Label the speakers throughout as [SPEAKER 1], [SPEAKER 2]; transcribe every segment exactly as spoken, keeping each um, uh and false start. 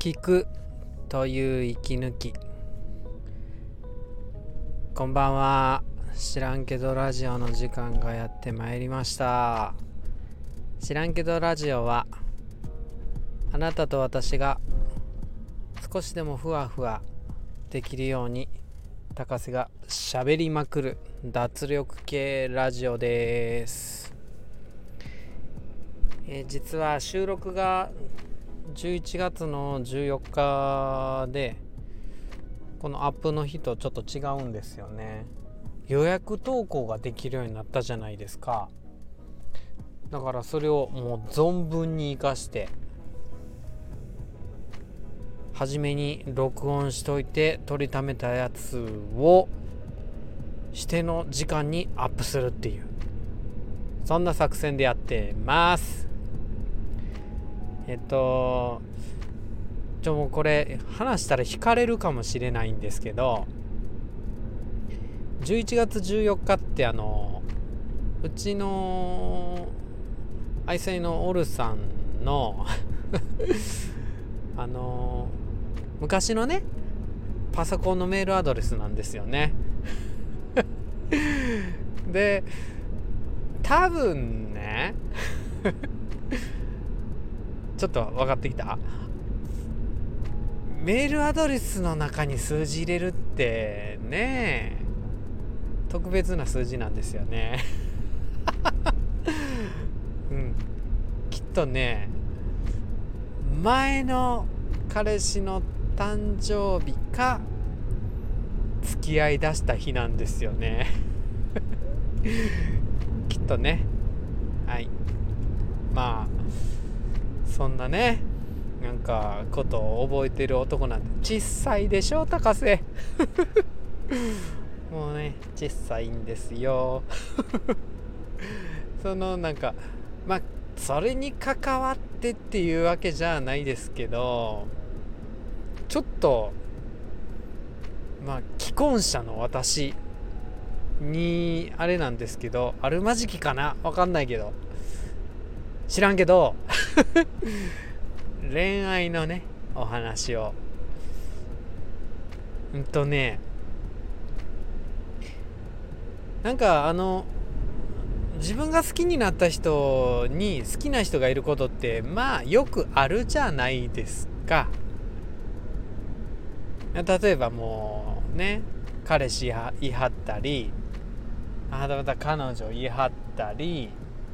[SPEAKER 1] 聞くという息抜き。こんばんは。知らんけどラジオの時間がやってまいりました。知らんけどラジオはあなたと私が少しでもふわふわできるように高瀬がしゃべりまくる脱力系ラジオです。えー、実は収録がじゅういちがつのじゅうよっかで、このアップの日とちょっと違うんですよね。予約投稿ができるようになったじゃないですか。だからそれをもう存分に活かして初めに録音しといて取りためたやつをしての時間にアップするっていう、そんな作戦でやってます。えっとちょもうこれ話したら惹かれるかもしれないんですけど、じゅういちがつじゅうよっかってあのうちの愛妻のオルさんのあの昔のねパソコンのメールアドレスなんですよね。で多分ねちょっと分かってきた。メールアドレスの中に数字入れるってね、特別な数字なんですよね。うん、きっとね、前の彼氏の誕生日か付き合いだした日なんですよね。きっとね。はい。まあそんなね、なんかことを覚えてる男なんて小さいでしょ高瀬。もうね小さいんですよ。そのなんかまあそれに関わってっていうわけじゃないですけど、ちょっとまあ既婚者の私にあれなんですけど、あるまじきかな、わかんないけど知らんけど恋愛のねお話をうんとねなんかあの自分が好きになった人に好きな人がいることってまあよくあるじゃないですか。例えばもうね彼氏いはったり、はたまた彼女いはったり、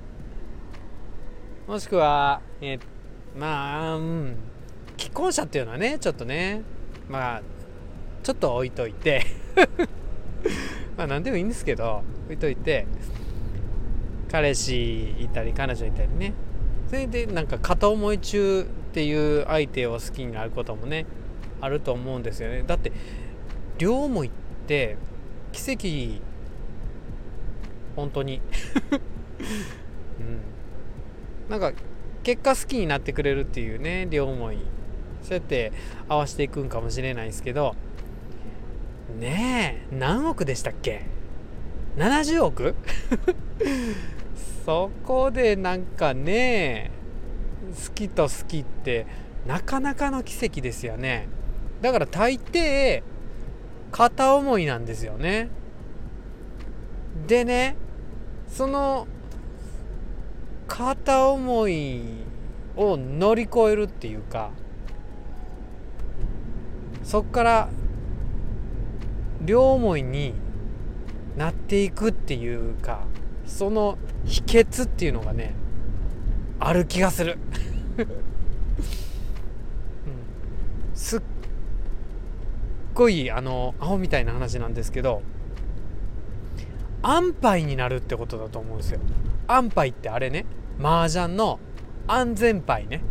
[SPEAKER 1] もしくはえまあ、うん、既婚者っていうのはねちょっとねまあちょっと置いといてまあ何でもいいんですけど置いといて、彼氏いたり彼女いたりね、それでなんか片思い中っていう相手を好きになることもねあると思うんですよね。だって両思いって奇跡本当に、うん、なんか結果好きになってくれるっていうね両思い、そうやって合わせていくんかもしれないですけどねえ、何億でしたっけ、ななじゅうおくそこでなんかね好きと好きってなかなかの奇跡ですよね。だから大抵片思いなんですよね。でね、その片思いを乗り越えるっていうか、そっから両思いになっていくっていうか、その秘訣っていうのがねある気がする、うん、すっごいあのアホみたいな話なんですけど、安牌になるってことだと思うんですよ。安牌ってあれね、麻雀の安全牌ね。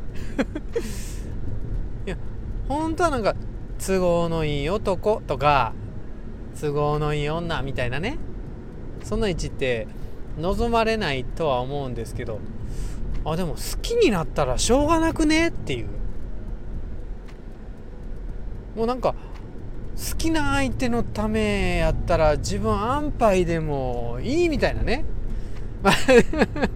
[SPEAKER 1] いや本当はなんか都合のいい男とか都合のいい女みたいなね、そんな位置って望まれないとは思うんですけど、あでも好きになったらしょうがなくねっていう、もうなんか好きな相手のためやったら自分安牌でもいいみたいなね。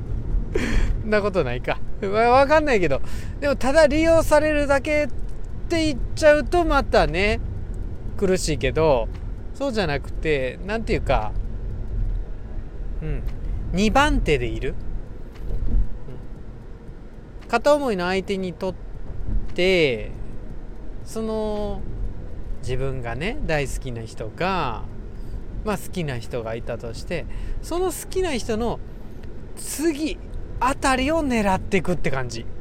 [SPEAKER 1] そんなことないか、わかんないけど、でもただ利用されるだけっっていっちゃうとまたね苦しいけど、そうじゃなくてなんていうか、うんにばん手でいる、うん、片思いの相手にとってその自分がね大好きな人がまあ好きな人がいたとして、その好きな人の次あたりを狙っていくって感じ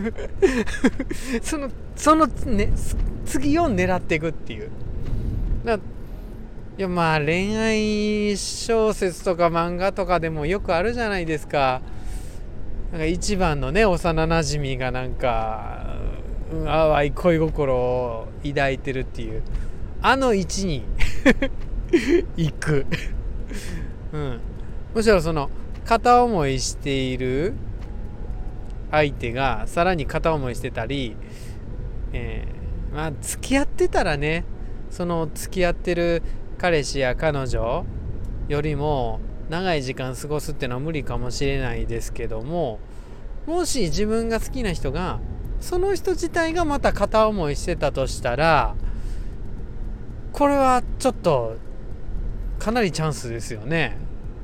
[SPEAKER 1] そのそのね次を狙っていくっていう。だいやまあ恋愛小説とか漫画とかでもよくあるじゃないですか。なんか一番のね幼なじみがなんか、うん、淡い恋心を抱いてるっていうあの位置に行く、うん、むしろその片思いしている相手がさらに片思いしてたり、えー、まあ付き合ってたらね、その付き合ってる彼氏や彼女よりも長い時間過ごすっていうのは無理かもしれないですけども、もし自分が好きな人がその人自体がまた片思いしてたとしたら、これはちょっとかなりチャンスですよね。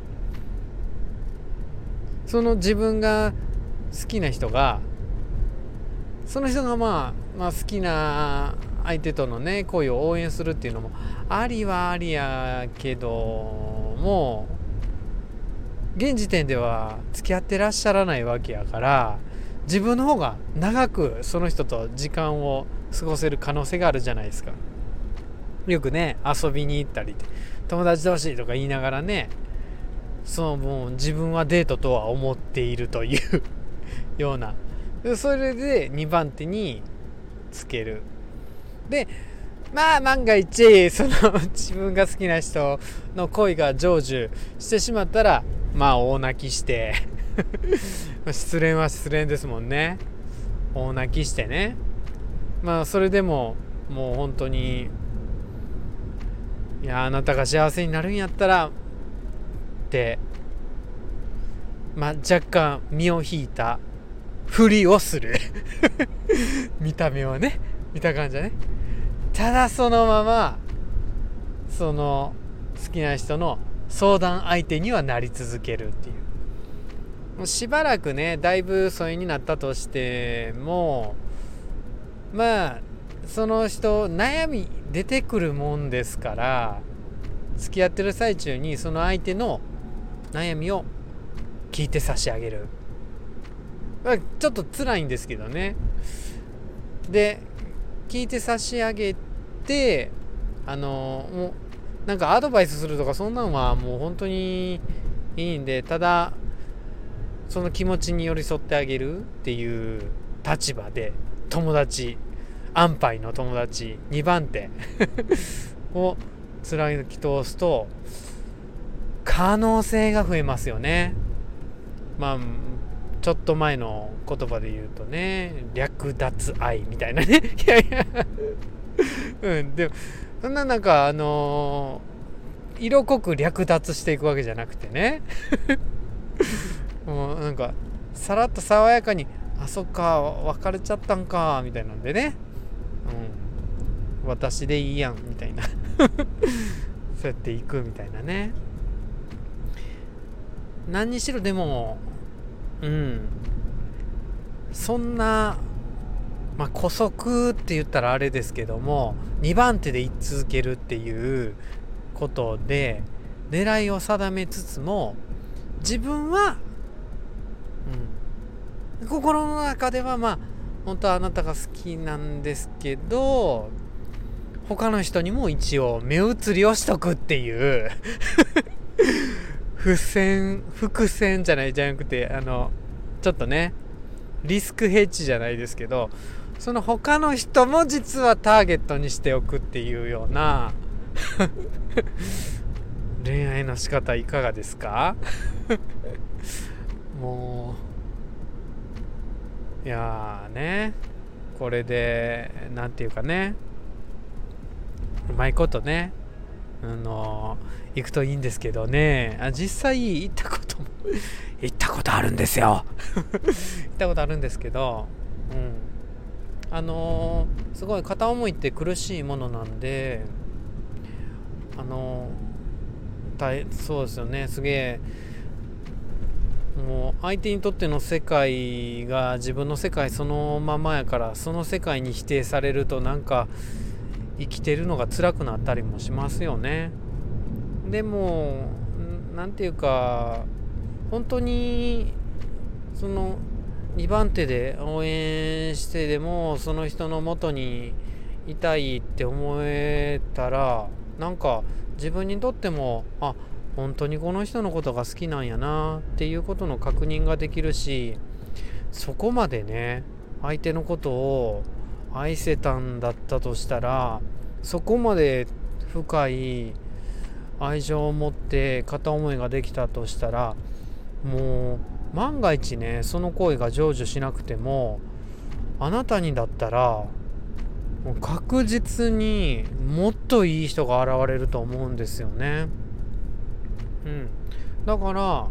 [SPEAKER 1] その自分が好きな人がその人がまあ、まあ好きな相手とのね恋を応援するっていうのもありはありやけども、現時点では付き合ってらっしゃらないわけやから、自分の方が長くその人と時間を過ごせる可能性があるじゃないですか。よくね遊びに行ったり友達同士とか言いながらね、そのもう自分はデートとは思っているというような、それでにばん手につける。でまあ万が一その自分が好きな人の恋が成就してしまったら、まあ大泣きして失恋は失恋ですもんね。大泣きしてね、まあそれでももう本当に、いやあなたが幸せになるんやったらって、まあ若干身を引いたふりをする見た目はね、見た感じはね。ただそのままその好きな人の相談相手にはなり続けるっていう。もうしばらくねだいぶ疎遠になったとしても、まあその人悩み出てくるもんですから、付き合ってる最中にその相手の悩みを聞いて差し上げる。ちょっと辛いんですけどね。で聞いて差し上げて、あのもうなんかアドバイスするとかそんなんはもう本当にいいんで、ただその気持ちに寄り添ってあげるっていう立場で、友達安牌の友達にばん手を貫き通すと可能性が増えますよね。まあちょっと前の言葉で言うとね、略奪愛みたいなねいやいやうんでもそんななんかあのー、色濃く略奪していくわけじゃなくてねもうなんかさらっと爽やかに、あそっか別れちゃったんかみたいなんでね、うん、私でいいやんみたいなそうやっていくみたいなね。何にしろでもうんそんなまあ姑息って言ったらあれですけども、にばん手で言い続けるっていうことで狙いを定めつつも、自分は、うん、心の中ではまあ本当はあなたが好きなんですけど、他の人にも一応目移りをしとくっていう伏線伏線じゃないじゃなくて、あのちょっとねリスクヘッジじゃないですけど、その他の人も実はターゲットにしておくっていうような恋愛の仕方いかがですかもういやーね、これでなんていうかね、うまいことねあの行くといいんですけどね。あ実際行ったことも行ったことあるんですよ行ったことあるんですけど、うんあのー、すごい片思いって苦しいものなんで、あのー、大そうですよね。すげえもう相手にとっての世界が自分の世界そのままやから、その世界に否定されるとなんか生きてるのが辛くなったりもしますよね。でもなんていうか、本当にそのにばん手で応援してでもその人の元にいたいって思えたら、なんか自分にとっても、あ、本当にこの人のことが好きなんやなっていうことの確認ができるし、そこまでね相手のことを愛せたんだったとしたら、そこまで深い愛情を持って片思いができたとしたら、もう万が一ねその行為が成就しなくても、あなたにだったらもう確実にもっといい人が現れると思うんですよね。うん、だから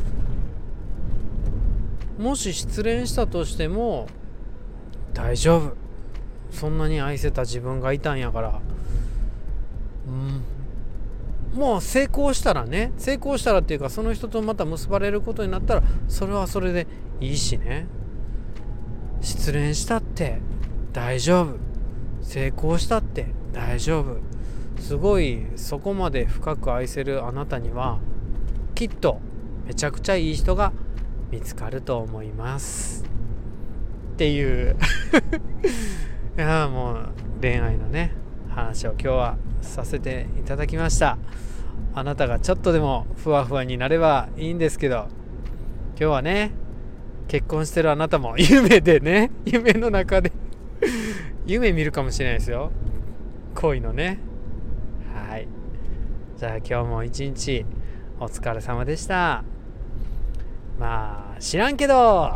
[SPEAKER 1] もし失恋したとしても大丈夫、そんなに愛せた自分がいたんやから、うん、もう成功したらね成功したらっていうか、その人とまた結ばれることになったらそれはそれでいいしね。失恋したって大丈夫、成功したって大丈夫。すごいそこまで深く愛せるあなたにはきっとめちゃくちゃいい人が見つかると思いますっていういやもう恋愛のね話を今日はさせていただきました。あなたがちょっとでもふわふわになればいいんですけど、今日はね結婚してるあなたも夢でね夢の中で夢見るかもしれないですよ、恋のね。はい、じゃあ今日も一日お疲れ様でした。まあ知らんけど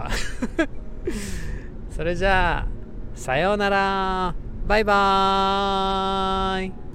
[SPEAKER 1] それじゃあさようなら、バイバーイ。